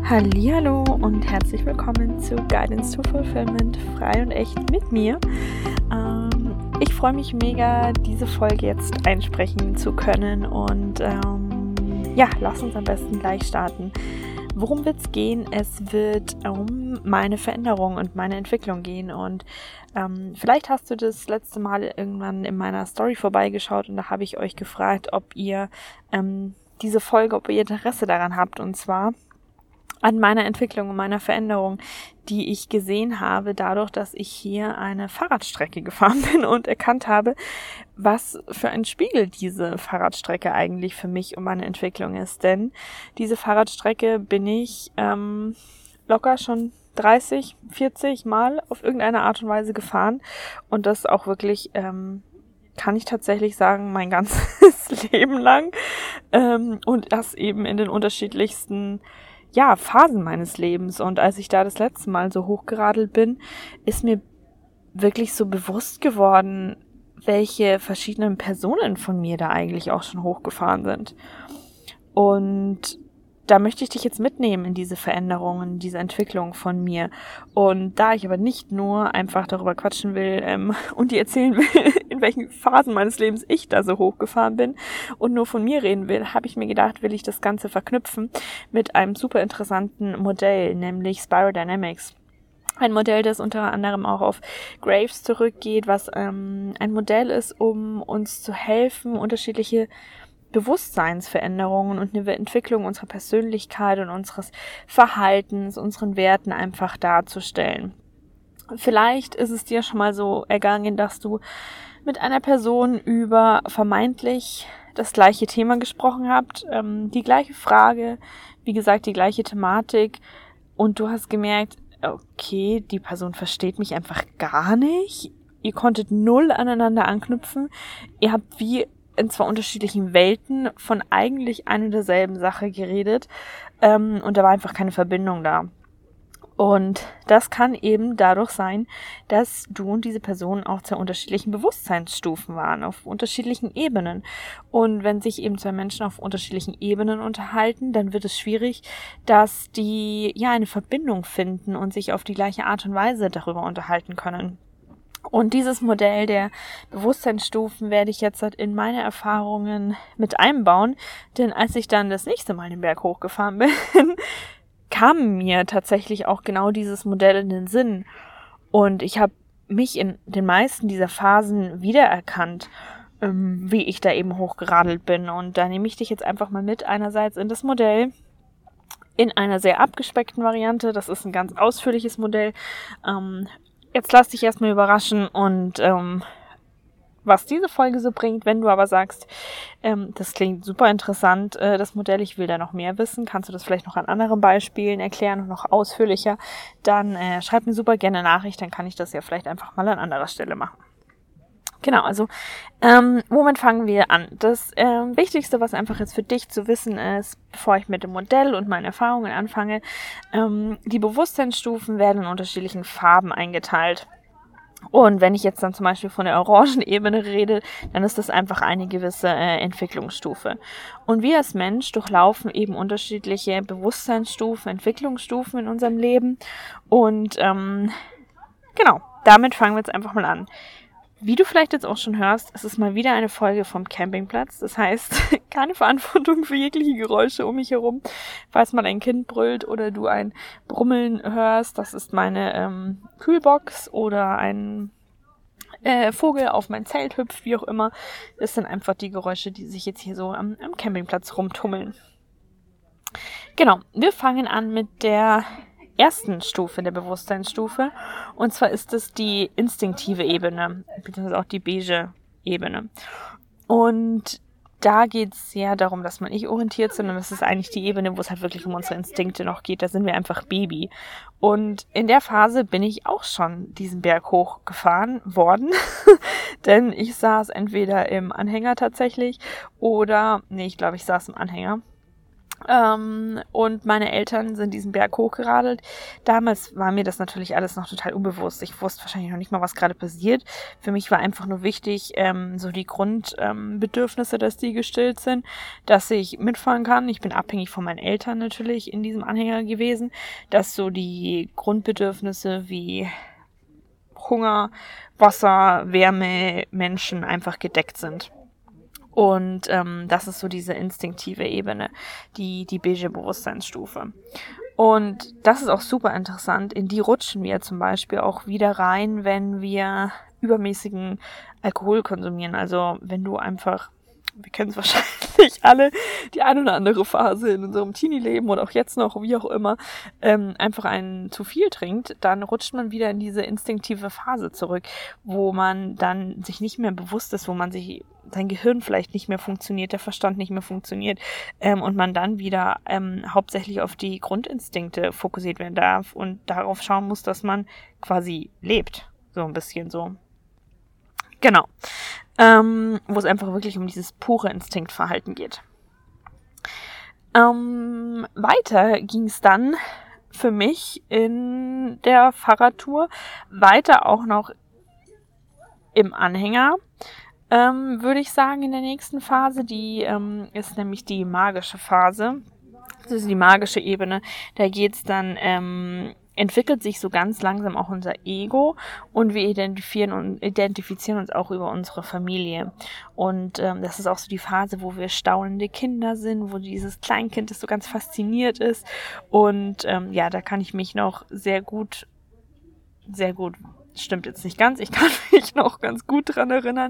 Hallihallo und herzlich willkommen zu Guidance to Fulfillment, frei und echt mit mir. Ich freue mich mega, diese Folge jetzt einsprechen zu können und lass uns am besten gleich starten. Worum wird es gehen? Es wird um meine Veränderung und meine Entwicklung gehen und vielleicht hast du das letzte Mal irgendwann in meiner Story vorbeigeschaut und da habe ich euch gefragt, ob ihr diese Folge, ob ihr Interesse daran habt, und zwar an meiner Entwicklung und meiner Veränderung, die ich gesehen habe, dadurch, dass ich hier eine Fahrradstrecke gefahren bin und erkannt habe, was für ein Spiegel diese Fahrradstrecke eigentlich für mich und meine Entwicklung ist. Denn diese Fahrradstrecke bin ich locker schon 30, 40 Mal auf irgendeine Art und Weise gefahren und das auch wirklich, kann ich tatsächlich sagen, mein ganzes Leben lang und das eben in den unterschiedlichsten Phasen meines Lebens. Und als ich da das letzte Mal so hochgeradelt bin, ist mir wirklich so bewusst geworden, welche verschiedenen Personen von mir da eigentlich auch schon hochgefahren sind. Und da möchte ich dich jetzt mitnehmen in diese Veränderungen, diese Entwicklung von mir. Und da ich aber nicht nur einfach darüber quatschen will und dir erzählen will, in welchen Phasen meines Lebens ich da so hochgefahren bin und nur von mir reden will, habe ich mir gedacht, will ich das Ganze verknüpfen mit einem super interessanten Modell, nämlich Spiral Dynamics. Ein Modell, das unter anderem auch auf Graves zurückgeht, was ein Modell ist, um uns zu helfen, unterschiedliche Bewusstseinsveränderungen und eine Entwicklung unserer Persönlichkeit und unseres Verhaltens, unseren Werten einfach darzustellen. Vielleicht ist es dir schon mal so ergangen, dass du mit einer Person über vermeintlich das gleiche Thema gesprochen habt, die gleiche Frage, wie gesagt, die gleiche Thematik, und du hast gemerkt, okay, die Person versteht mich einfach gar nicht. Ihr konntet null aneinander anknüpfen. Ihr habt wie in zwei unterschiedlichen Welten von eigentlich einer derselben Sache geredet und da war einfach keine Verbindung da. Und das kann eben dadurch sein, dass du und diese Person auf zwei unterschiedlichen Bewusstseinsstufen waren, auf unterschiedlichen Ebenen. Und wenn sich eben zwei Menschen auf unterschiedlichen Ebenen unterhalten, dann wird es schwierig, dass die eine Verbindung finden und sich auf die gleiche Art und Weise darüber unterhalten können. Und dieses Modell der Bewusstseinsstufen werde ich jetzt in meine Erfahrungen mit einbauen, denn als ich dann das nächste Mal den Berg hochgefahren bin, kam mir tatsächlich auch genau dieses Modell in den Sinn. Und ich habe mich in den meisten dieser Phasen wiedererkannt, wie ich da eben hochgeradelt bin. Und da nehme ich dich jetzt einfach mal mit, einerseits in das Modell, in einer sehr abgespeckten Variante. Das ist ein ganz ausführliches Modell. Jetzt lass dich erstmal überraschen und was diese Folge so bringt. Wenn du aber sagst, das klingt super interessant, das Modell, ich will da noch mehr wissen, kannst du das vielleicht noch an anderen Beispielen erklären und noch ausführlicher, dann schreib mir super gerne eine Nachricht, dann kann ich das ja vielleicht einfach mal an anderer Stelle machen. Genau, also womit fangen wir an? Das Wichtigste, was einfach jetzt für dich zu wissen ist, bevor ich mit dem Modell und meinen Erfahrungen anfange, die Bewusstseinsstufen werden in unterschiedlichen Farben eingeteilt. Und wenn ich jetzt dann zum Beispiel von der Orangenebene rede, dann ist das einfach eine gewisse Entwicklungsstufe. Und wir als Mensch durchlaufen eben unterschiedliche Bewusstseinsstufen, Entwicklungsstufen in unserem Leben. Und genau, damit fangen wir jetzt einfach mal an. Wie du vielleicht jetzt auch schon hörst, es ist mal wieder eine Folge vom Campingplatz. Das heißt, keine Verantwortung für jegliche Geräusche um mich herum. Falls mal ein Kind brüllt oder du ein Brummeln hörst, das ist meine Kühlbox oder ein Vogel auf mein Zelt hüpft, wie auch immer. Das sind einfach die Geräusche, die sich jetzt hier so am Campingplatz rumtummeln. Genau, wir fangen an mit der ersten Stufe der Bewusstseinsstufe, und zwar ist es die instinktive Ebene, beziehungsweise auch die beige Ebene. Und da geht es sehr darum, dass man nicht orientiert ist, sondern das ist eigentlich die Ebene, wo es halt wirklich um unsere Instinkte noch geht. Da sind wir einfach Baby. Und in der Phase bin ich auch schon diesen Berg hochgefahren worden, denn ich saß entweder im Anhänger tatsächlich oder, ich glaube, ich saß im Anhänger. Und meine Eltern sind diesen Berg hochgeradelt. Damals war mir das natürlich alles noch total unbewusst. Ich wusste wahrscheinlich noch nicht mal, was gerade passiert. Für mich war einfach nur wichtig, so die Grundbedürfnisse, dass die gestillt sind, dass ich mitfahren kann. Ich bin abhängig von meinen Eltern natürlich in diesem Anhänger gewesen, dass so die Grundbedürfnisse wie Hunger, Wasser, Wärme, Menschen einfach gedeckt sind. Und das ist so diese instinktive Ebene, die beige Bewusstseinsstufe. Und das ist auch super interessant. In die rutschen wir zum Beispiel auch wieder rein, wenn wir übermäßigen Alkohol konsumieren. Also wenn du einfach, wir kennen es wahrscheinlich alle, die eine oder andere Phase in unserem Teenie-Leben oder auch jetzt noch, wie auch immer, einfach einen zu viel trinkt, dann rutscht man wieder in diese instinktive Phase zurück, wo man dann sich nicht mehr bewusst ist, wo man sich sein Gehirn vielleicht nicht mehr funktioniert, der Verstand nicht mehr funktioniert und man dann wieder hauptsächlich auf die Grundinstinkte fokussiert werden darf und darauf schauen muss, dass man quasi lebt. So ein bisschen so. Genau. Wo es einfach wirklich um dieses pure Instinktverhalten geht. Weiter ging es dann für mich in der Fahrradtour, weiter auch noch im Anhänger, würde ich sagen, in der nächsten Phase, die ist nämlich die magische Phase, das ist die magische Ebene, da geht's dann, entwickelt sich so ganz langsam auch unser Ego und wir identifizieren uns auch über unsere Familie. Und das ist auch so die Phase, wo wir staunende Kinder sind, wo dieses Kleinkind, das so ganz fasziniert ist. Und ja, da kann ich mich noch sehr gut, stimmt jetzt nicht ganz, ich kann mich noch ganz gut dran erinnern.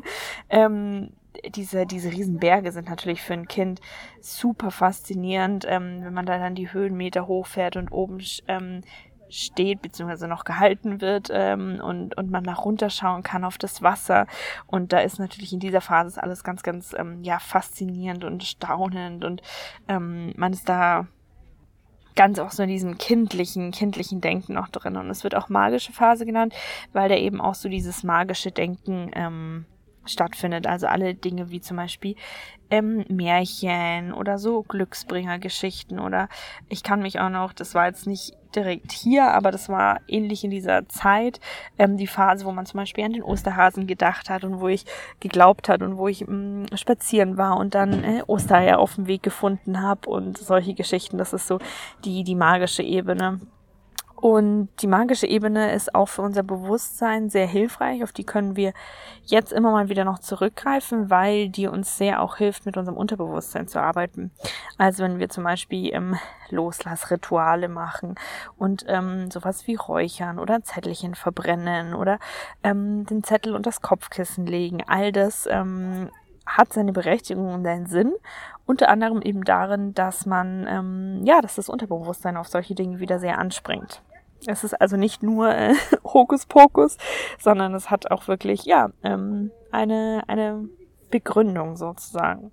Diese riesen Berge sind natürlich für ein Kind super faszinierend, wenn man da dann die Höhenmeter hochfährt und oben steht, beziehungsweise noch gehalten wird und man nach runterschauen kann auf das Wasser. Und da ist natürlich in dieser Phase alles ganz, ganz faszinierend und staunend und man ist da ganz auch so in diesem kindlichen Denken noch drin. Und es wird auch magische Phase genannt, weil da eben auch so dieses magische Denken stattfindet. Also alle Dinge wie zum Beispiel Märchen oder so Glücksbringergeschichten oder ich kann mich auch noch, das war jetzt nicht direkt hier, aber das war ähnlich in dieser Zeit, die Phase, wo man zum Beispiel an den Osterhasen gedacht hat und wo ich geglaubt hat und wo ich spazieren war und dann Ostereier auf dem Weg gefunden habe und solche Geschichten, das ist so die magische Ebene. Und die magische Ebene ist auch für unser Bewusstsein sehr hilfreich. Auf die können wir jetzt immer mal wieder noch zurückgreifen, weil die uns sehr auch hilft, mit unserem Unterbewusstsein zu arbeiten. Also wenn wir zum Beispiel Loslassrituale machen und sowas wie Räuchern oder ein Zettelchen verbrennen oder den Zettel unter das Kopfkissen legen. All das hat seine Berechtigung und seinen Sinn. Unter anderem eben darin, dass man, dass das Unterbewusstsein auf solche Dinge wieder sehr anspringt. Es ist also nicht nur Hokuspokus, sondern es hat auch wirklich, eine Begründung sozusagen.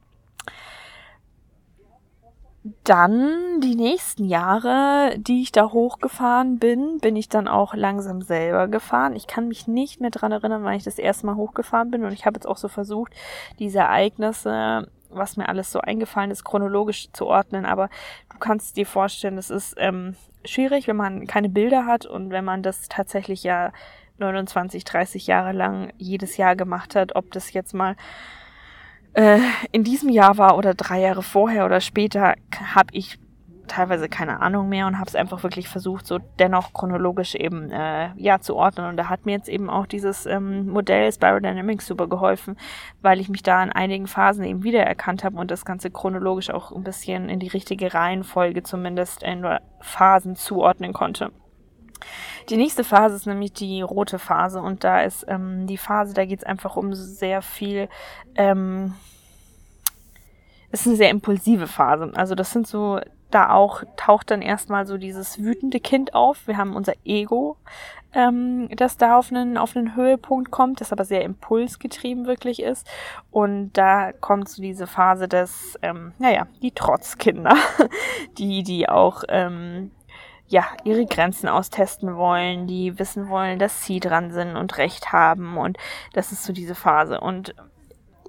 Dann die nächsten Jahre, die ich da hochgefahren bin ich dann auch langsam selber gefahren. Ich kann mich nicht mehr dran erinnern, wann ich das erste Mal hochgefahren bin und ich habe jetzt auch so versucht, diese Ereignisse, was mir alles so eingefallen ist, chronologisch zu ordnen, aber du kannst dir vorstellen, das ist schwierig, wenn man keine Bilder hat und wenn man das tatsächlich ja 29, 30 Jahre lang jedes Jahr gemacht hat, ob das jetzt mal in diesem Jahr war oder 3 Jahre vorher oder später, habe ich teilweise keine Ahnung mehr und habe es einfach wirklich versucht, so dennoch chronologisch eben zu ordnen. Und da hat mir jetzt eben auch dieses Modell Spiral Dynamics super geholfen, weil ich mich da in einigen Phasen eben wiedererkannt habe und das Ganze chronologisch auch ein bisschen in die richtige Reihenfolge zumindest in Phasen zuordnen konnte. Die nächste Phase ist nämlich die rote Phase und da ist die Phase, da geht es einfach um sehr viel, es ist eine sehr impulsive Phase. Also das sind so, da auch taucht dann erstmal so dieses wütende Kind auf. Wir haben unser Ego, das da auf einen Höhepunkt kommt, das aber sehr impulsgetrieben wirklich ist. Und da kommt so diese Phase des, die Trotzkinder, die auch ihre Grenzen austesten wollen, die wissen wollen, dass sie dran sind und Recht haben und das ist so diese Phase und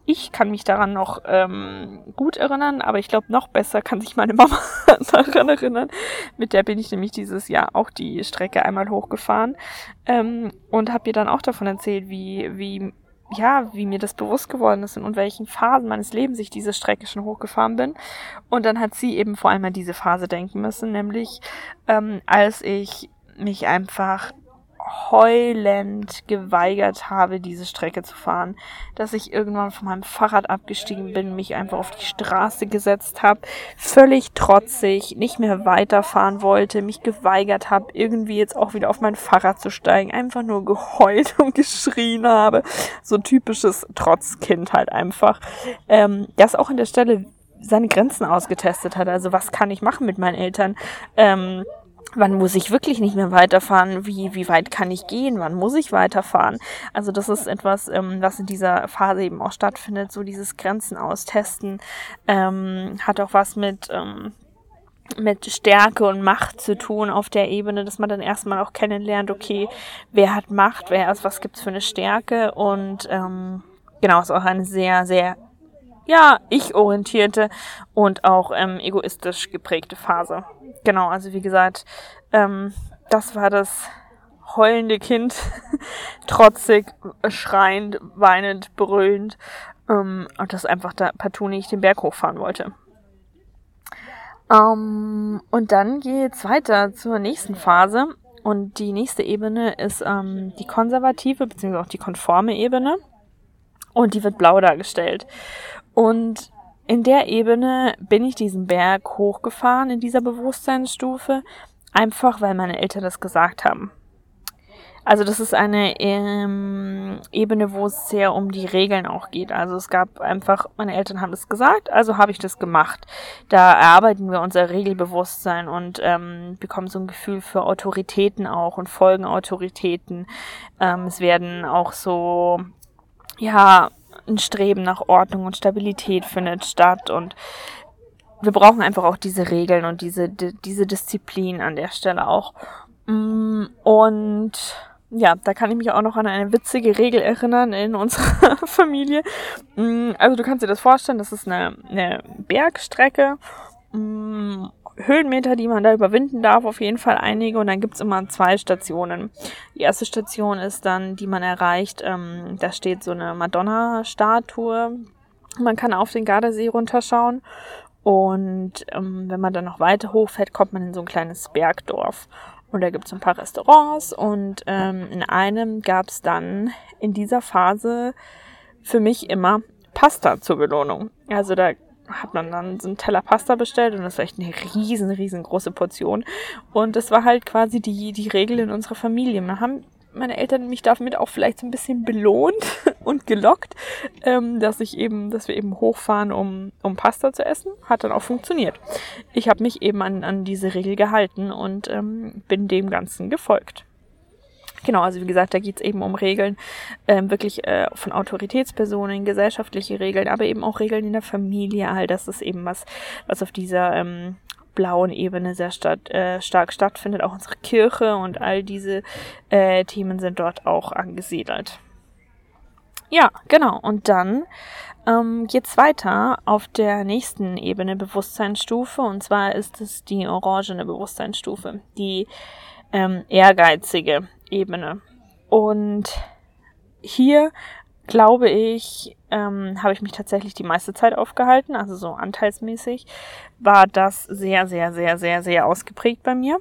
ich kann mich daran noch gut erinnern, aber ich glaube, noch besser kann sich meine Mama daran erinnern. Mit der bin ich nämlich dieses Jahr auch die Strecke einmal hochgefahren und habe ihr dann auch davon erzählt, wie mir das bewusst geworden ist und in welchen Phasen meines Lebens ich diese Strecke schon hochgefahren bin. Und dann hat sie eben vor allem an diese Phase denken müssen, nämlich als ich mich einfach heulend geweigert habe, diese Strecke zu fahren, dass ich irgendwann von meinem Fahrrad abgestiegen bin, mich einfach auf die Straße gesetzt habe, völlig trotzig, nicht mehr weiterfahren wollte, mich geweigert habe, irgendwie jetzt auch wieder auf mein Fahrrad zu steigen, einfach nur geheult und geschrien habe, so typisches Trotzkind halt einfach, das auch an der Stelle seine Grenzen ausgetestet hat, also was kann ich machen mit meinen Eltern, wann muss ich wirklich nicht mehr weiterfahren? Wie weit kann ich gehen? Wann muss ich weiterfahren? Also das ist etwas, was in dieser Phase eben auch stattfindet, so dieses Grenzen austesten, hat auch was mit Stärke und Macht zu tun auf der Ebene, dass man dann erstmal auch kennenlernt, okay, wer hat Macht, was gibt's für eine Stärke und genau, ist auch eine sehr, sehr ich-orientierte und auch egoistisch geprägte Phase. Genau, also wie gesagt, das war das heulende Kind, trotzig, schreiend, weinend, brüllend und das einfach da partout nicht den Berg hochfahren wollte. Und dann geht's weiter zur nächsten Phase und die nächste Ebene ist die konservative bzw. auch die konforme Ebene und die wird blau dargestellt. Und in der Ebene bin ich diesen Berg hochgefahren, in dieser Bewusstseinsstufe, einfach weil meine Eltern das gesagt haben. Also das ist eine Ebene, wo es sehr um die Regeln auch geht. Also es gab einfach, meine Eltern haben das gesagt, also habe ich das gemacht. Da erarbeiten wir unser Regelbewusstsein und bekommen so ein Gefühl für Autoritäten auch und folgen Autoritäten. Es werden auch so, ein Streben nach Ordnung und Stabilität findet statt und wir brauchen einfach auch diese Regeln und diese Disziplin an der Stelle auch. Und ja, da kann ich mich auch noch an eine witzige Regel erinnern in unserer Familie. Also du kannst dir das vorstellen, das ist eine Bergstrecke, Höhenmeter, die man da überwinden darf, auf jeden Fall einige. Und dann gibt's immer 2 Stationen. Die erste Station ist dann, die man erreicht, da steht so eine Madonna-Statue. Man kann auf den Gardasee runterschauen. Und wenn man dann noch weiter hochfährt, kommt man in so ein kleines Bergdorf. Und da gibt's ein paar Restaurants. Und in einem gab's dann in dieser Phase für mich immer Pasta zur Belohnung. Also da hat man dann so einen Teller Pasta bestellt und das war echt eine riesengroße Portion. Und das war halt quasi die Regel in unserer Familie. Da haben meine Eltern mich damit auch vielleicht so ein bisschen belohnt und gelockt, dass wir eben hochfahren, um Pasta zu essen. Hat dann auch funktioniert. Ich habe mich eben an diese Regel gehalten und bin dem Ganzen gefolgt. Genau, also wie gesagt, da geht's eben um Regeln, wirklich von Autoritätspersonen, gesellschaftliche Regeln, aber eben auch Regeln in der Familie. All das ist eben was auf dieser blauen Ebene sehr stark stattfindet. Auch unsere Kirche und all diese Themen sind dort auch angesiedelt. Ja, genau. Und dann geht's weiter auf der nächsten Ebene Bewusstseinsstufe. Und zwar ist es die orangene Bewusstseinsstufe, die ehrgeizige Ebene. Und hier, glaube ich, habe ich mich tatsächlich die meiste Zeit aufgehalten, also so anteilsmäßig, war das sehr, sehr, sehr, sehr, sehr ausgeprägt bei mir.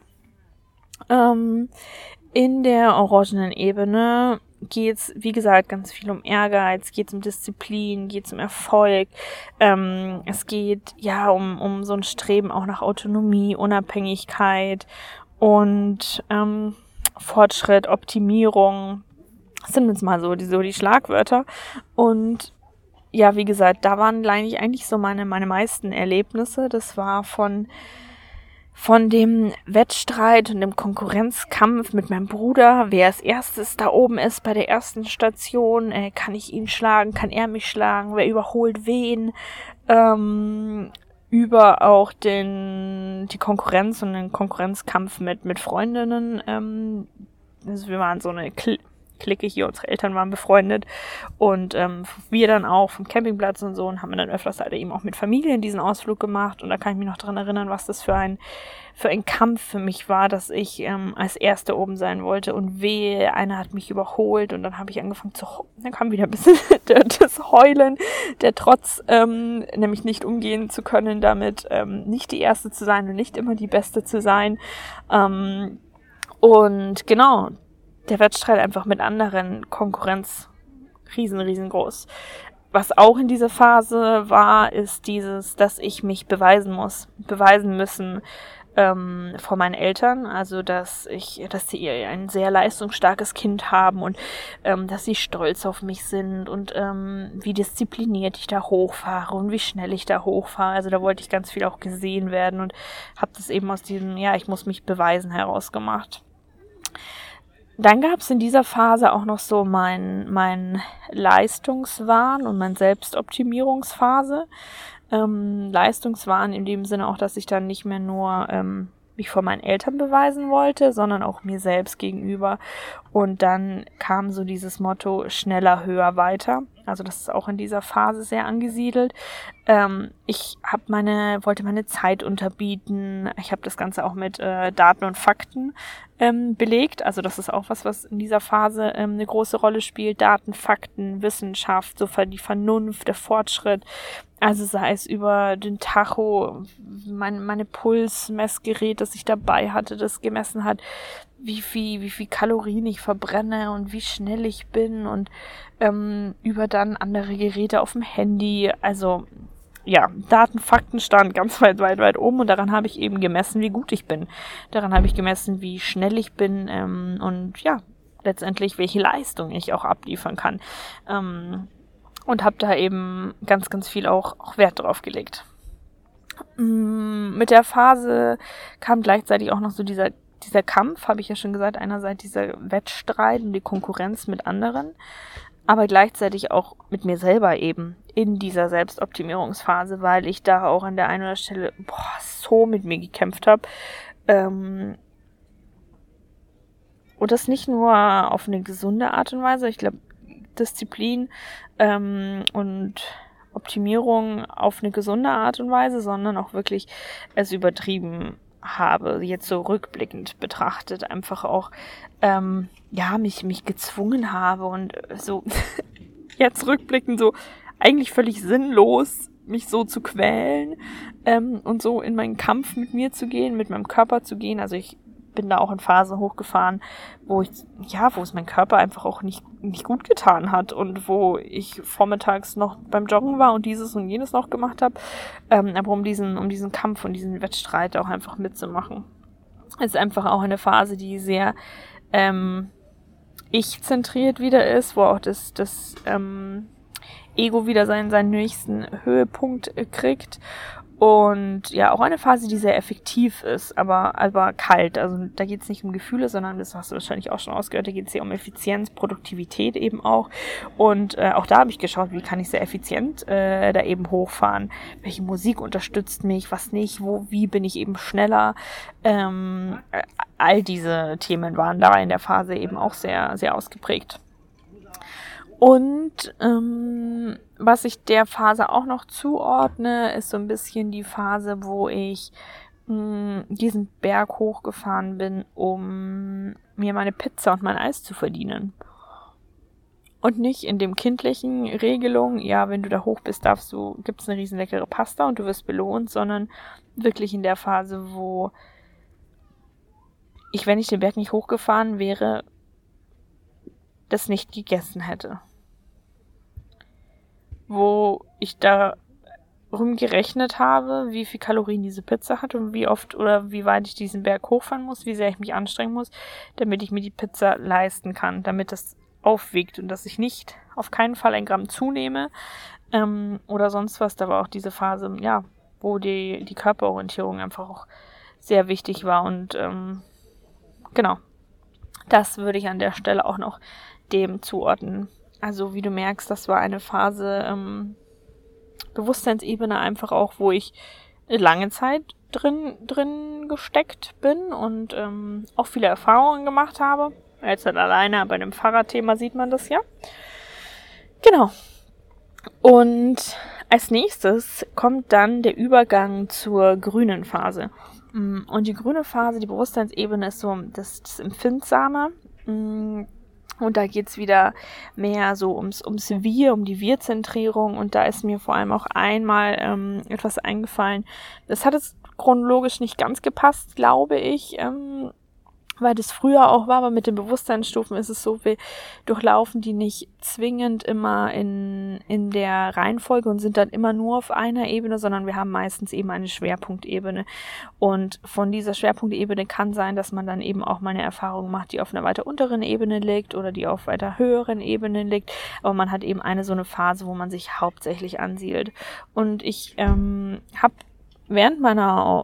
In der orangenen Ebene geht's, wie gesagt, ganz viel um Ehrgeiz, geht's um Disziplin, geht's um Erfolg, es geht ja um so ein Streben auch nach Autonomie, Unabhängigkeit und Fortschritt, Optimierung, das sind jetzt mal so die Schlagwörter. Und ja, wie gesagt, da waren eigentlich so meine meisten Erlebnisse. Das war von dem Wettstreit und dem Konkurrenzkampf mit meinem Bruder, wer als erstes da oben ist bei der ersten Station, kann ich ihn schlagen, kann er mich schlagen, wer überholt wen, über auch die Konkurrenz und den Konkurrenzkampf mit Freundinnen. Also wir waren so eine Clique hier, unsere Eltern waren befreundet und wir dann auch vom Campingplatz und so und haben dann öfters halt eben auch mit Familien diesen Ausflug gemacht und da kann ich mich noch dran erinnern, was das für ein Kampf für mich war, dass ich als Erste oben sein wollte und wehe, einer hat mich überholt und dann habe ich angefangen dann kam wieder ein bisschen das Heulen, der Trotz, nämlich nicht umgehen zu können damit, nicht die Erste zu sein und nicht immer die Beste zu sein. Und genau, der Wettstreit einfach mit anderen, Konkurrenz riesengroß. Was auch in dieser Phase war, ist dass ich mich beweisen müssen vor meinen Eltern, also dass sie ein sehr leistungsstarkes Kind haben und dass sie stolz auf mich sind und wie diszipliniert ich da hochfahre und wie schnell ich da hochfahre. Also da wollte ich ganz viel auch gesehen werden und habe das eben aus diesem, ich muss mich beweisen herausgemacht. Dann gab es in dieser Phase auch noch so mein Leistungswahn und meine Selbstoptimierungsphase. Leistungswahn in dem Sinne auch, dass ich dann nicht mehr nur mich vor meinen Eltern beweisen wollte, sondern auch mir selbst gegenüber. Und dann kam so dieses Motto schneller, höher, weiter. Also das ist auch in dieser Phase sehr angesiedelt. Ich wollte meine Zeit unterbieten. Ich habe das Ganze auch mit Daten und Fakten belegt. Also das ist auch was in dieser Phase eine große Rolle spielt. Daten, Fakten, Wissenschaft, so die Vernunft, der Fortschritt. Also sei es über den Tacho, meine Pulsmessgerät, das ich dabei hatte, das gemessen hat, wie viel Kalorien ich verbrenne und wie schnell ich bin und über dann andere Geräte auf dem Handy. Also ja, Daten, Fakten stand ganz weit oben und daran habe ich eben gemessen, wie gut ich bin. Daran habe ich gemessen, wie schnell ich bin und ja, letztendlich welche Leistung ich auch abliefern kann. Und habe da eben ganz viel auch Wert drauf gelegt. Mit der Phase kam gleichzeitig auch noch so dieser Kampf, habe ich ja schon gesagt, einerseits dieser Wettstreit und die Konkurrenz mit anderen, aber gleichzeitig auch mit mir selber eben in dieser Selbstoptimierungsphase, weil ich da auch an der einen oder anderen Stelle so mit mir gekämpft habe. Und das nicht nur auf eine gesunde Art und Weise, ich glaube, Disziplin und Optimierung auf eine gesunde Art und Weise, sondern auch wirklich es übertrieben habe, jetzt so rückblickend betrachtet, einfach auch mich gezwungen habe und so jetzt rückblickend so eigentlich völlig sinnlos mich so zu quälen und so in meinen Kampf mit mir zu gehen, mit meinem Körper zu gehen. Also ich bin da auch in Phasen hochgefahren, wo es mein Körper einfach auch nicht gut getan hat und wo ich vormittags noch beim Joggen war und dieses und jenes noch gemacht habe, aber um diesen Kampf und diesen Wettstreit auch einfach mitzumachen. Es ist einfach auch eine Phase, die sehr ich-zentriert wieder ist, wo auch das Ego wieder seinen nächsten Höhepunkt kriegt. Und ja, auch eine Phase, die sehr effektiv ist, aber kalt. Also da geht es nicht um Gefühle, sondern das hast du wahrscheinlich auch schon ausgehört, da geht es hier um Effizienz, Produktivität eben auch. Und auch da habe ich geschaut, wie kann ich sehr effizient da eben hochfahren. Welche Musik unterstützt mich, was nicht, wie bin ich eben schneller. All diese Themen waren da in der Phase eben auch sehr, sehr ausgeprägt. Und was ich der Phase auch noch zuordne, ist so ein bisschen die Phase, wo ich diesen Berg hochgefahren bin, um mir meine Pizza und mein Eis zu verdienen. Und nicht in dem kindlichen Regelung, ja, wenn du da hoch bist, gibt's eine riesen leckere Pasta und du wirst belohnt, sondern wirklich in der Phase, wo ich, wenn ich den Berg nicht hochgefahren wäre, das nicht gegessen hätte. Wo ich da rumgerechnet habe, wie viel Kalorien diese Pizza hat und wie oft oder wie weit ich diesen Berg hochfahren muss, wie sehr ich mich anstrengen muss, damit ich mir die Pizza leisten kann, damit das aufwiegt und dass ich nicht auf keinen Fall 1 Gramm zunehme oder sonst was. Da war auch diese Phase, ja, wo die Körperorientierung einfach auch sehr wichtig war und genau, das würde ich an der Stelle auch noch dem zuordnen. Also wie du merkst, das war eine Phase Bewusstseinsebene einfach auch, wo ich lange Zeit drin gesteckt bin und auch viele Erfahrungen gemacht habe. Jetzt halt alleine, bei dem Fahrradthema sieht man das ja. Genau. Und als nächstes kommt dann der Übergang zur grünen Phase. Und die grüne Phase, die Bewusstseinsebene, ist so das Empfindsame. Und da geht's wieder mehr so ums Wir, um die Wir-Zentrierung. Und da ist mir vor allem auch einmal etwas eingefallen. Das hat jetzt chronologisch nicht ganz gepasst, glaube ich, weil das früher auch war, aber mit den Bewusstseinsstufen ist es so, wir durchlaufen die nicht zwingend immer in der Reihenfolge und sind dann immer nur auf einer Ebene, sondern wir haben meistens eben eine Schwerpunktebene. Und von dieser Schwerpunktebene kann sein, dass man dann eben auch mal eine Erfahrung macht, die auf einer weiter unteren Ebene liegt oder die auf weiter höheren Ebenen liegt. Aber man hat eben so eine Phase, wo man sich hauptsächlich ansiedelt. Und ich habe während meiner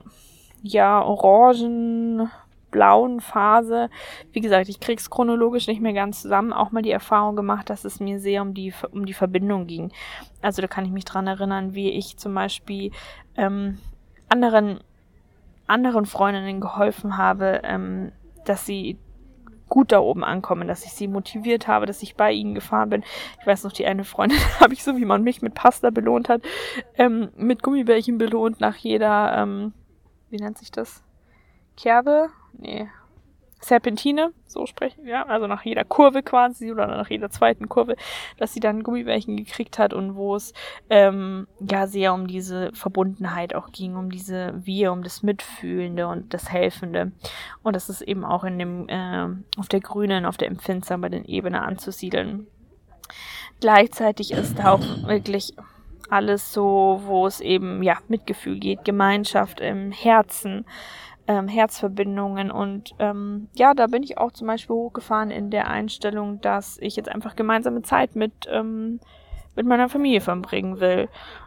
blauen Phase, wie gesagt, ich krieg's chronologisch nicht mehr ganz zusammen, auch mal die Erfahrung gemacht, dass es mir sehr um die Verbindung ging. Also da kann ich mich dran erinnern, wie ich zum Beispiel anderen Freundinnen geholfen habe, dass sie gut da oben ankommen, dass ich sie motiviert habe, dass ich bei ihnen gefahren bin. Ich weiß noch, die eine Freundin habe ich, so wie man mich mit Pasta belohnt hat, mit Gummibärchen belohnt nach jeder, wie nennt sich das? Kerbe? Nee. Serpentine, so sprechen wir, also nach jeder Kurve quasi oder nach jeder zweiten Kurve, dass sie dann Gummibärchen gekriegt hat und wo es sehr um diese Verbundenheit auch ging, um um das Mitfühlende und das Helfende. Und das ist eben auch in dem auf der grünen, auf der empfindsamen Ebene anzusiedeln. Gleichzeitig ist da auch wirklich alles so, wo es eben Mitgefühl geht, Gemeinschaft im Herzen, Herzverbindungen und da bin ich auch zum Beispiel hochgefahren in der Einstellung, dass ich jetzt einfach gemeinsame Zeit mit meiner Familie verbringen will.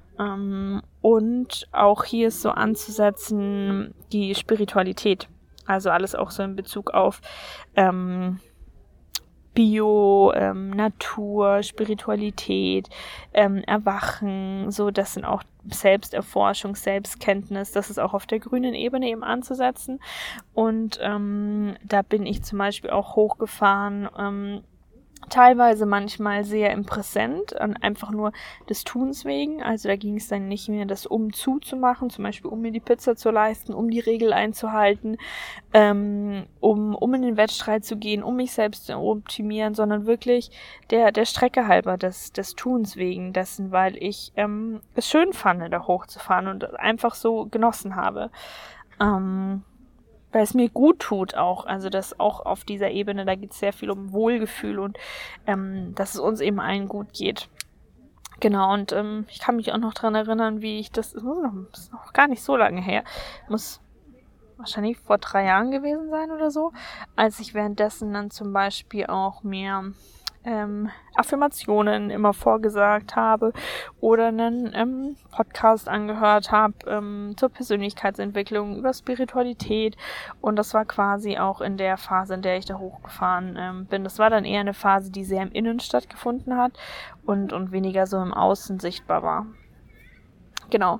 Und auch hier ist so anzusetzen die Spiritualität, also alles auch so in Bezug auf Bio, Natur, Spiritualität, Erwachen, so, das sind auch Selbsterforschung, Selbstkenntnis, das ist auch auf der grünen Ebene eben anzusetzen. Und da bin ich zum Beispiel auch hochgefahren, teilweise manchmal sehr präsent, einfach nur des Tuns wegen. Also da ging es dann nicht mehr, das zu machen, zum Beispiel mir die Pizza zu leisten, die Regel einzuhalten, um in den Wettstreit zu gehen, mich selbst zu optimieren, sondern wirklich der Strecke halber des Tuns wegen dessen, weil ich es schön fand, da hochzufahren und einfach so genossen habe. Weil es mir gut tut auch, also das auch auf dieser Ebene, da geht es sehr viel um Wohlgefühl und dass es uns eben allen gut geht. Genau, und ich kann mich auch noch dran erinnern, wie ich das ist noch gar nicht so lange her, muss wahrscheinlich vor 3 Jahren gewesen sein oder so, als ich währenddessen dann zum Beispiel auch mehr Affirmationen immer vorgesagt habe oder einen Podcast angehört habe zur Persönlichkeitsentwicklung, über Spiritualität, und das war quasi auch in der Phase, in der ich da hochgefahren bin. Das war dann eher eine Phase, die sehr im Innen stattgefunden hat und weniger so im Außen sichtbar war. Genau.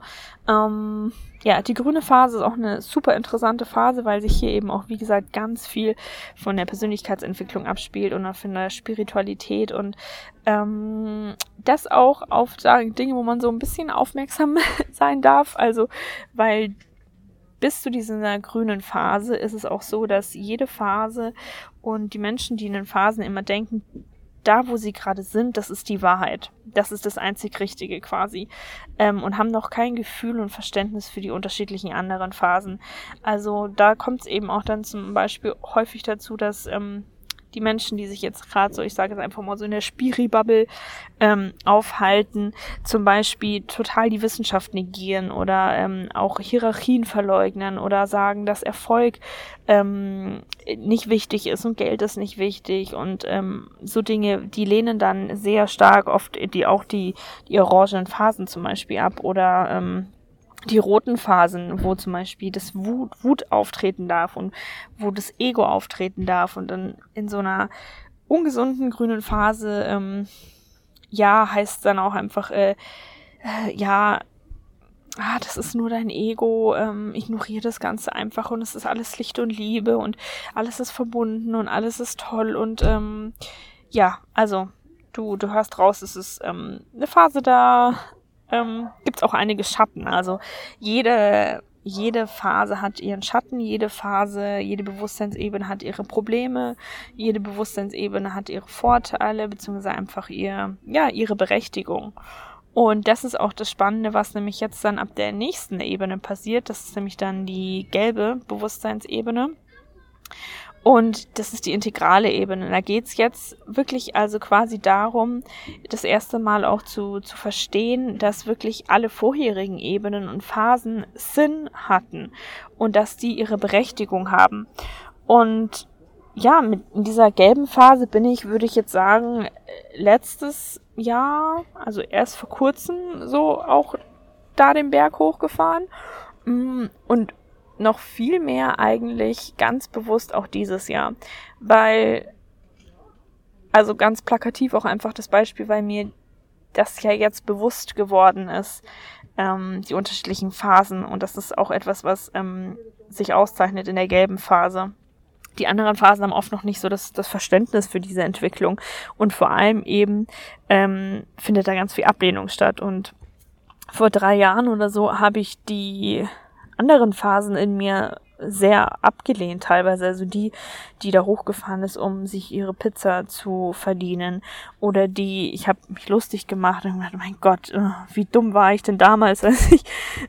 Die grüne Phase ist auch eine super interessante Phase, weil sich hier eben auch, wie gesagt, ganz viel von der Persönlichkeitsentwicklung abspielt und auch von der Spiritualität und das auch auf Dinge, wo man so ein bisschen aufmerksam sein darf. Also, weil bis zu dieser grünen Phase ist es auch so, dass jede Phase und die Menschen, die in den Phasen immer denken, da, wo sie gerade sind, das ist die Wahrheit. Das ist das einzig Richtige quasi. Und haben noch kein Gefühl und Verständnis für die unterschiedlichen anderen Phasen. Also da kommt es eben auch dann zum Beispiel häufig dazu, dass die Menschen, die sich jetzt gerade so, ich sage jetzt einfach mal so in der Spiri-Bubble aufhalten, zum Beispiel total die Wissenschaft negieren oder auch Hierarchien verleugnen oder sagen, dass Erfolg nicht wichtig ist und Geld ist nicht wichtig und so Dinge, die lehnen dann sehr stark oft die orangenen Phasen zum Beispiel ab oder die roten Phasen, wo zum Beispiel das Wut auftreten darf und wo das Ego auftreten darf und dann in so einer ungesunden grünen Phase, heißt dann auch einfach, das ist nur dein Ego, ignoriere das Ganze einfach und es ist alles Licht und Liebe und alles ist verbunden und alles ist toll und also du hörst raus, es ist eine Phase, da gibt es auch einige Schatten, also jede Phase hat ihren Schatten, jede Bewusstseinsebene hat ihre Probleme, jede Bewusstseinsebene hat ihre Vorteile, beziehungsweise einfach ihre Berechtigung. Und das ist auch das Spannende, was nämlich jetzt dann ab der nächsten Ebene passiert. Das ist nämlich dann die gelbe Bewusstseinsebene. Und das ist die integrale Ebene. Da geht's jetzt wirklich also quasi darum, das erste Mal auch zu verstehen, dass wirklich alle vorherigen Ebenen und Phasen Sinn hatten und dass die ihre Berechtigung haben. Und ja, in dieser gelben Phase bin ich, würde ich jetzt sagen, letztes Jahr, also erst vor kurzem so auch da den Berg hochgefahren und noch viel mehr eigentlich ganz bewusst auch dieses Jahr, weil, also ganz plakativ auch einfach das Beispiel, weil mir das ja jetzt bewusst geworden ist, die unterschiedlichen Phasen, und das ist auch etwas, was sich auszeichnet in der gelben Phase. Die anderen Phasen haben oft noch nicht so das Verständnis für diese Entwicklung und vor allem eben findet da ganz viel Ablehnung statt. Und vor 3 Jahren oder so habe ich die anderen Phasen in mir sehr abgelehnt teilweise, also die da hochgefahren ist, um sich ihre Pizza zu verdienen, oder ich habe mich lustig gemacht und gedacht, mein Gott, wie dumm war ich denn damals, als ich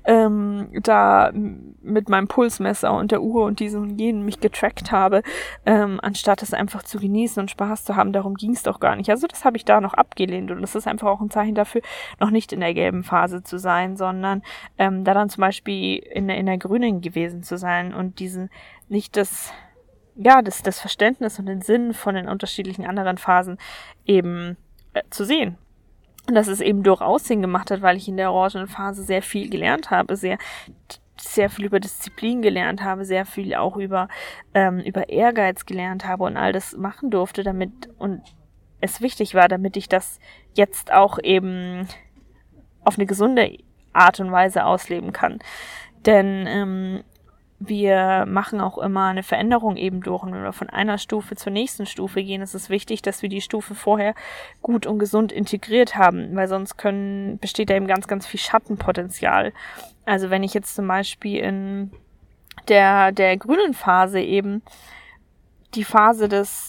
da mit meinem Pulsmesser und der Uhr und diesen und jenen mich getrackt habe, anstatt es einfach zu genießen und Spaß zu haben. Darum ging es doch gar nicht. Also das habe ich da noch abgelehnt, und das ist einfach auch ein Zeichen dafür, noch nicht in der gelben Phase zu sein, sondern da dann zum Beispiel in der grünen gewesen zu sein und das Verständnis und den Sinn von den unterschiedlichen anderen Phasen eben zu sehen. Und dass es eben durchaus Sinn gemacht hat, weil ich in der orangenen Phase sehr viel gelernt habe, sehr viel über Disziplin gelernt habe, sehr viel auch über Ehrgeiz gelernt habe und all das machen durfte, damit, und es wichtig war, damit ich das jetzt auch eben auf eine gesunde Art und Weise ausleben kann. Denn wir machen auch immer eine Veränderung eben durch, und wenn wir von einer Stufe zur nächsten Stufe gehen, ist es wichtig, dass wir die Stufe vorher gut und gesund integriert haben, weil sonst besteht da eben ganz, ganz viel Schattenpotenzial. Also wenn ich jetzt zum Beispiel in der grünen Phase eben die Phase des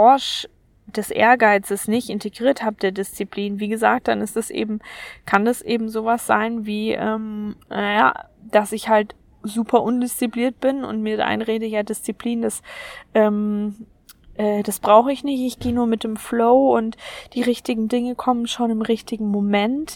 Ehrgeizes nicht integriert habe, der Disziplin, wie gesagt, dann kann das eben sowas sein wie, dass ich halt super undiszipliniert bin und mir einrede, ja, Disziplin, das brauche ich nicht, ich gehe nur mit dem Flow und die richtigen Dinge kommen schon im richtigen Moment,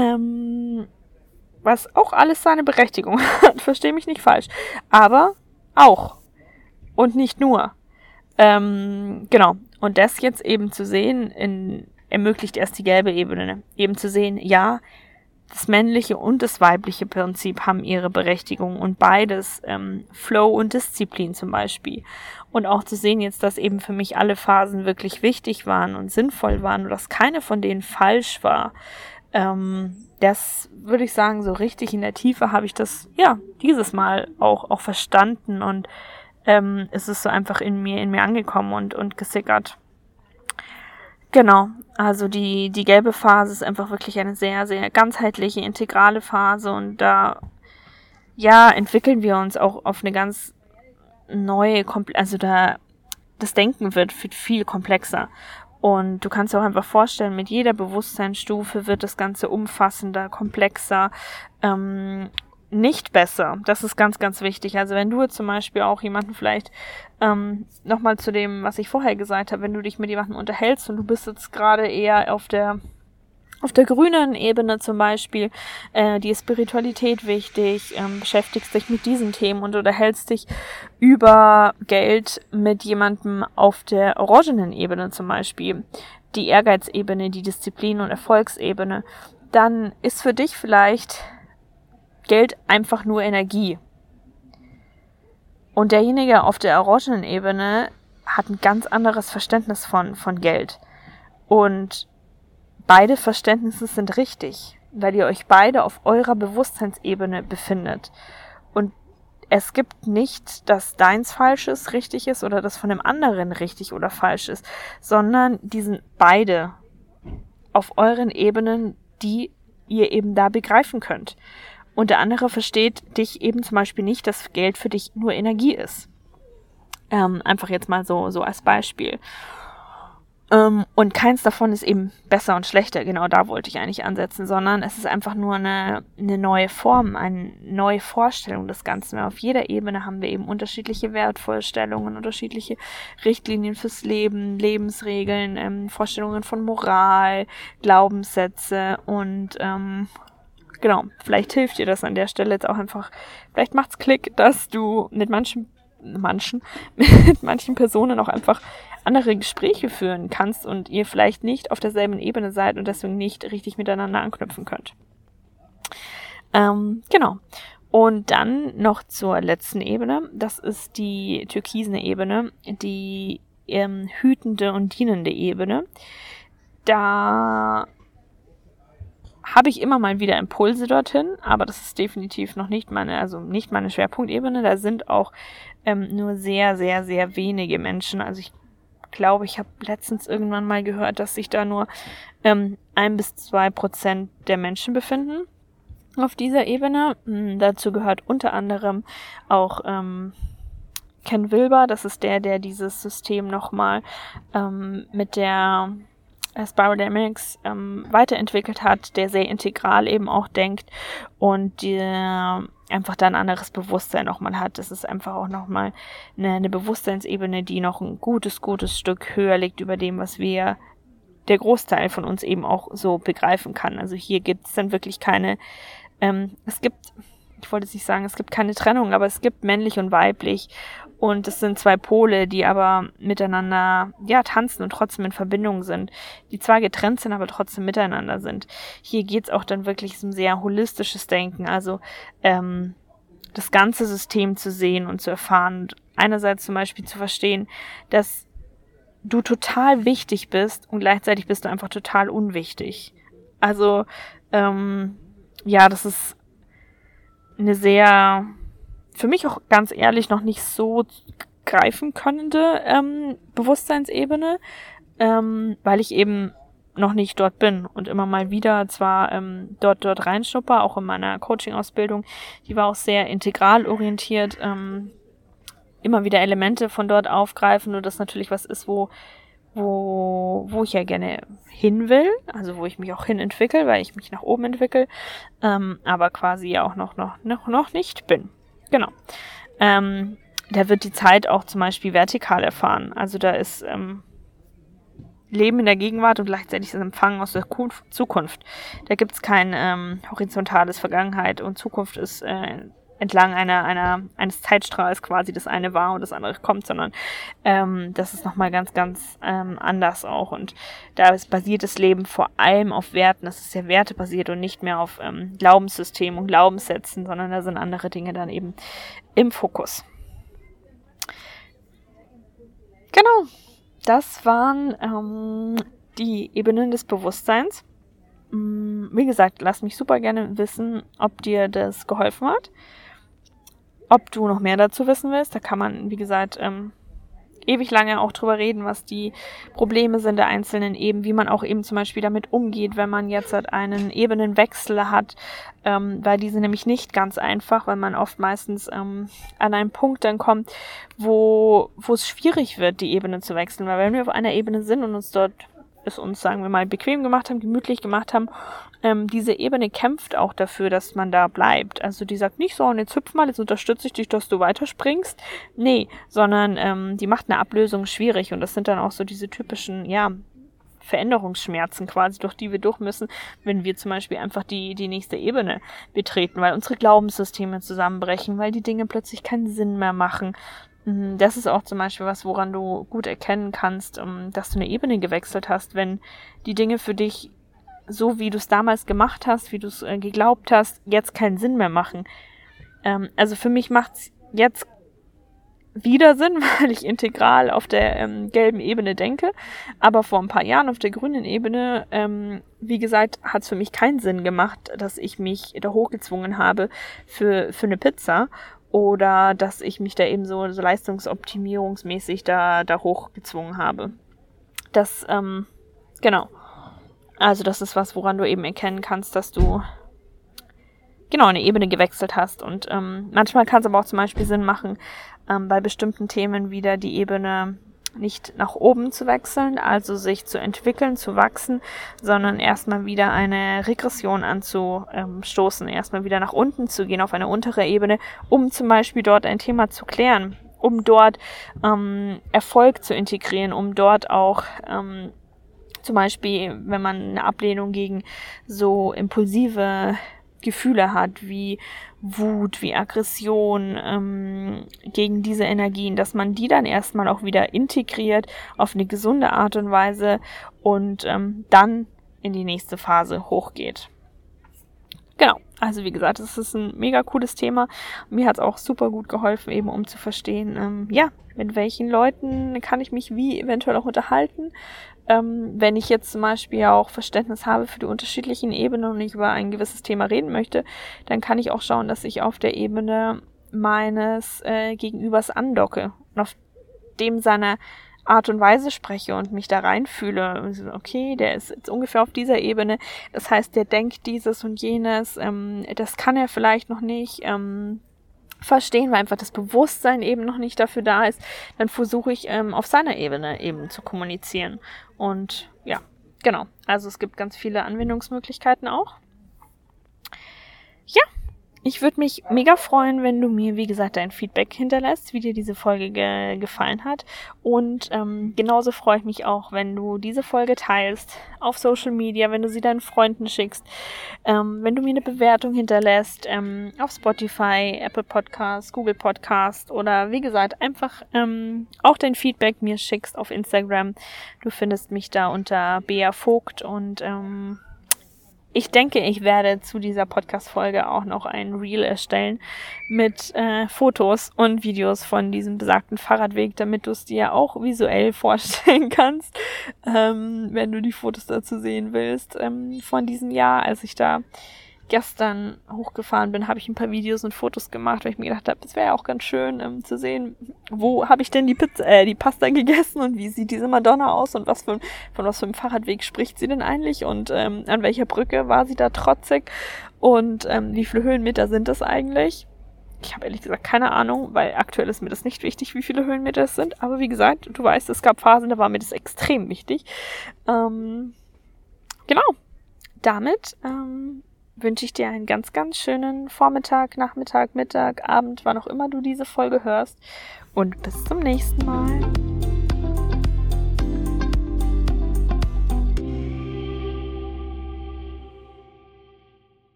was auch alles seine Berechtigung hat, verstehe mich nicht falsch, aber auch und nicht nur. Genau, und das jetzt eben zu sehen, ermöglicht erst die gelbe Ebene, eben zu sehen, ja, das männliche und das weibliche Prinzip haben ihre Berechtigung und beides, Flow und Disziplin zum Beispiel. Und auch zu sehen jetzt, dass eben für mich alle Phasen wirklich wichtig waren und sinnvoll waren und dass keine von denen falsch war. Das würde ich sagen, so richtig in der Tiefe habe ich das, ja, dieses Mal auch verstanden, und es ist so einfach in mir angekommen und gesickert. Genau, also die gelbe Phase ist einfach wirklich eine sehr, sehr ganzheitliche, integrale Phase, und da, ja, entwickeln wir uns auch auf eine ganz neue, das Denken wird viel komplexer. Und du kannst dir auch einfach vorstellen, mit jeder Bewusstseinsstufe wird das Ganze umfassender, komplexer, nicht besser. Das ist ganz, ganz wichtig. Also wenn du jetzt zum Beispiel auch jemanden vielleicht, nochmal zu dem, was ich vorher gesagt habe, wenn du dich mit jemandem unterhältst und du bist jetzt gerade eher auf der grünen Ebene zum Beispiel, die ist Spiritualität wichtig, beschäftigst dich mit diesen Themen und unterhältst dich über Geld mit jemandem auf der orangenen Ebene zum Beispiel, die Ehrgeizebene, die Disziplin- und Erfolgsebene, dann ist für dich vielleicht Geld einfach nur Energie. Und derjenige auf der orangenen Ebene hat ein ganz anderes Verständnis von Geld. Und beide Verständnisse sind richtig. weil ihr euch beide auf eurer Bewusstseinsebene befindet. Und es gibt nicht, dass deins Falsches richtig ist oder das von dem anderen richtig oder falsch ist, sondern die sind beide auf euren Ebenen, die ihr eben da begreifen könnt. Und der andere versteht dich eben zum Beispiel nicht, dass Geld für dich nur Energie ist. Einfach jetzt mal so als Beispiel. Und keins davon ist eben besser und schlechter, genau da wollte ich eigentlich ansetzen, sondern es ist einfach nur eine neue Form, eine neue Vorstellung des Ganzen. Auf jeder Ebene haben wir eben unterschiedliche Wertvorstellungen, unterschiedliche Richtlinien fürs Leben, Lebensregeln, Vorstellungen von Moral, Glaubenssätze und genau, vielleicht hilft dir das an der Stelle jetzt auch einfach, vielleicht macht's Klick, dass du mit manchen Personen auch einfach andere Gespräche führen kannst und ihr vielleicht nicht auf derselben Ebene seid und deswegen nicht richtig miteinander anknüpfen könnt. Genau. Und dann noch zur letzten Ebene. Das ist die türkisene Ebene, die hütende und dienende Ebene. Da habe ich immer mal wieder Impulse dorthin, aber das ist definitiv noch nicht meine Schwerpunktebene. Da sind auch nur sehr, sehr, sehr wenige Menschen. Also ich glaube, ich habe letztens irgendwann mal gehört, dass sich da nur 1-2% der Menschen befinden auf dieser Ebene. Dazu gehört unter anderem auch Ken Wilber. Das ist der dieses System nochmal mit der Spiral Dynamics weiterentwickelt hat, der sehr integral eben auch denkt und der einfach da ein anderes Bewusstsein nochmal hat. Das ist einfach auch nochmal eine Bewusstseinsebene, die noch ein gutes Stück höher liegt über dem, was der Großteil von uns eben auch so begreifen kann. Also hier gibt es dann wirklich keine, ich wollte jetzt nicht sagen, es gibt keine Trennung, aber es gibt männlich und weiblich. Und es sind zwei Pole, die aber miteinander, tanzen und trotzdem in Verbindung sind. Die zwar getrennt sind, aber trotzdem miteinander sind. Hier geht's auch dann wirklich um sehr holistisches Denken. Also, das ganze System zu sehen und zu erfahren. Und einerseits zum Beispiel zu verstehen, dass du total wichtig bist und gleichzeitig bist du einfach total unwichtig. Also, das ist eine sehr, für mich auch ganz ehrlich noch nicht so greifen könnende Bewusstseinsebene, weil ich eben noch nicht dort bin und immer mal wieder zwar dort reinschnupper, auch in meiner Coaching-Ausbildung, die war auch sehr integral orientiert, immer wieder Elemente von dort aufgreifen und das natürlich was ist, wo ich ja gerne hin will, also wo ich mich auch hin entwickle, weil ich mich nach oben entwickle, aber quasi ja auch noch nicht bin. Genau. Da wird die Zeit auch zum Beispiel vertikal erfahren. Also da ist Leben in der Gegenwart und gleichzeitig das Empfangen aus der Zukunft. Da gibt es kein horizontales Vergangenheit und Zukunft ist entlang eines Zeitstrahls quasi das eine war und das andere kommt, sondern das ist nochmal ganz, ganz anders auch. Und da basiert das Leben vor allem auf Werten. Das ist sehr wertebasiert und nicht mehr auf Glaubenssystemen und Glaubenssätzen, sondern da sind andere Dinge dann eben im Fokus. Genau, das waren die Ebenen des Bewusstseins. Wie gesagt, lass mich super gerne wissen, ob dir das geholfen hat. Ob du noch mehr dazu wissen willst, da kann man, wie gesagt, ewig lange auch drüber reden, was die Probleme sind der einzelnen Ebenen, wie man auch eben zum Beispiel damit umgeht, wenn man jetzt einen Ebenenwechsel hat, weil diese nämlich nicht ganz einfach, weil man oft meistens an einen Punkt dann kommt, wo es schwierig wird, die Ebene zu wechseln, weil wenn wir auf einer Ebene sind und uns dort sagen wir mal, bequem gemacht haben, gemütlich gemacht haben, diese Ebene kämpft auch dafür, dass man da bleibt. Also die sagt nicht so, und jetzt hüpf mal, jetzt unterstütze ich dich, dass du weiterspringst. Nee, sondern die macht eine Ablösung schwierig und das sind dann auch so diese typischen, Veränderungsschmerzen quasi, durch die wir durch müssen, wenn wir zum Beispiel einfach die nächste Ebene betreten, weil unsere Glaubenssysteme zusammenbrechen, weil die Dinge plötzlich keinen Sinn mehr machen. Das ist auch zum Beispiel was, woran du gut erkennen kannst, dass du eine Ebene gewechselt hast, wenn die Dinge für dich, so wie du es damals gemacht hast, wie du es geglaubt hast, jetzt keinen Sinn mehr machen. Also für mich macht es jetzt wieder Sinn, weil ich integral auf der gelben Ebene denke. Aber vor ein paar Jahren auf der grünen Ebene, wie gesagt, hat es für mich keinen Sinn gemacht, dass ich mich da hochgezwungen habe für eine Pizza oder dass ich mich da eben so leistungsoptimierungsmäßig da hochgezwungen habe. Das, genau. Also das ist was, woran du eben erkennen kannst, dass du eine Ebene gewechselt hast. Und manchmal kann es aber auch zum Beispiel Sinn machen, bei bestimmten Themen wieder die Ebene nicht nach oben zu wechseln, also sich zu entwickeln, zu wachsen, sondern erstmal wieder eine Regression anzustoßen, erstmal wieder nach unten zu gehen, auf eine untere Ebene, um zum Beispiel dort ein Thema zu klären, um dort Erfolg zu integrieren, um dort auch zum Beispiel, wenn man eine Ablehnung gegen so impulsive Gefühle hat, wie Wut, wie Aggression gegen diese Energien, dass man die dann erstmal auch wieder integriert auf eine gesunde Art und Weise und dann in die nächste Phase hochgeht. Genau, also wie gesagt, das ist ein mega cooles Thema. Mir hat es auch super gut geholfen, eben um zu verstehen, mit welchen Leuten kann ich mich wie eventuell auch unterhalten. Wenn ich jetzt zum Beispiel auch Verständnis habe für die unterschiedlichen Ebenen und ich über ein gewisses Thema reden möchte, dann kann ich auch schauen, dass ich auf der Ebene meines Gegenübers andocke und auf dem seine Art und Weise spreche und mich da reinfühle. Also, okay, der ist jetzt ungefähr auf dieser Ebene, das heißt, der denkt dieses und jenes, das kann er vielleicht noch nicht verstehen, weil einfach das Bewusstsein eben noch nicht dafür da ist, dann versuche ich auf seiner Ebene eben zu kommunizieren. Und ja, genau. Also es gibt ganz viele Anwendungsmöglichkeiten auch. Ja, ich würde mich mega freuen, wenn du mir, wie gesagt, dein Feedback hinterlässt, wie dir diese Folge gefallen hat. Und genauso freue ich mich auch, wenn du diese Folge teilst auf Social Media, wenn du sie deinen Freunden schickst, wenn du mir eine Bewertung hinterlässt auf Spotify, Apple Podcasts, Google Podcasts oder wie gesagt, einfach auch dein Feedback mir schickst auf Instagram. Du findest mich da unter Bea Vogt und ich denke, ich werde zu dieser Podcast-Folge auch noch ein Reel erstellen mit Fotos und Videos von diesem besagten Fahrradweg, damit du es dir auch visuell vorstellen kannst, wenn du die Fotos dazu sehen willst. Von diesem Jahr, als ich da gestern hochgefahren bin, habe ich ein paar Videos und Fotos gemacht, weil ich mir gedacht habe, es wäre ja auch ganz schön zu sehen, wo habe ich denn die Pasta gegessen und wie sieht diese Madonna aus und von was für einem Fahrradweg spricht sie denn eigentlich und an welcher Brücke war sie da trotzig und wie viele Höhenmeter sind das eigentlich? Ich habe ehrlich gesagt keine Ahnung, weil aktuell ist mir das nicht wichtig, wie viele Höhenmeter es sind, aber wie gesagt, du weißt, es gab Phasen, da war mir das extrem wichtig. Genau, damit wünsche ich dir einen ganz, ganz schönen Vormittag, Nachmittag, Mittag, Abend, wann auch immer du diese Folge hörst. Und bis zum nächsten Mal.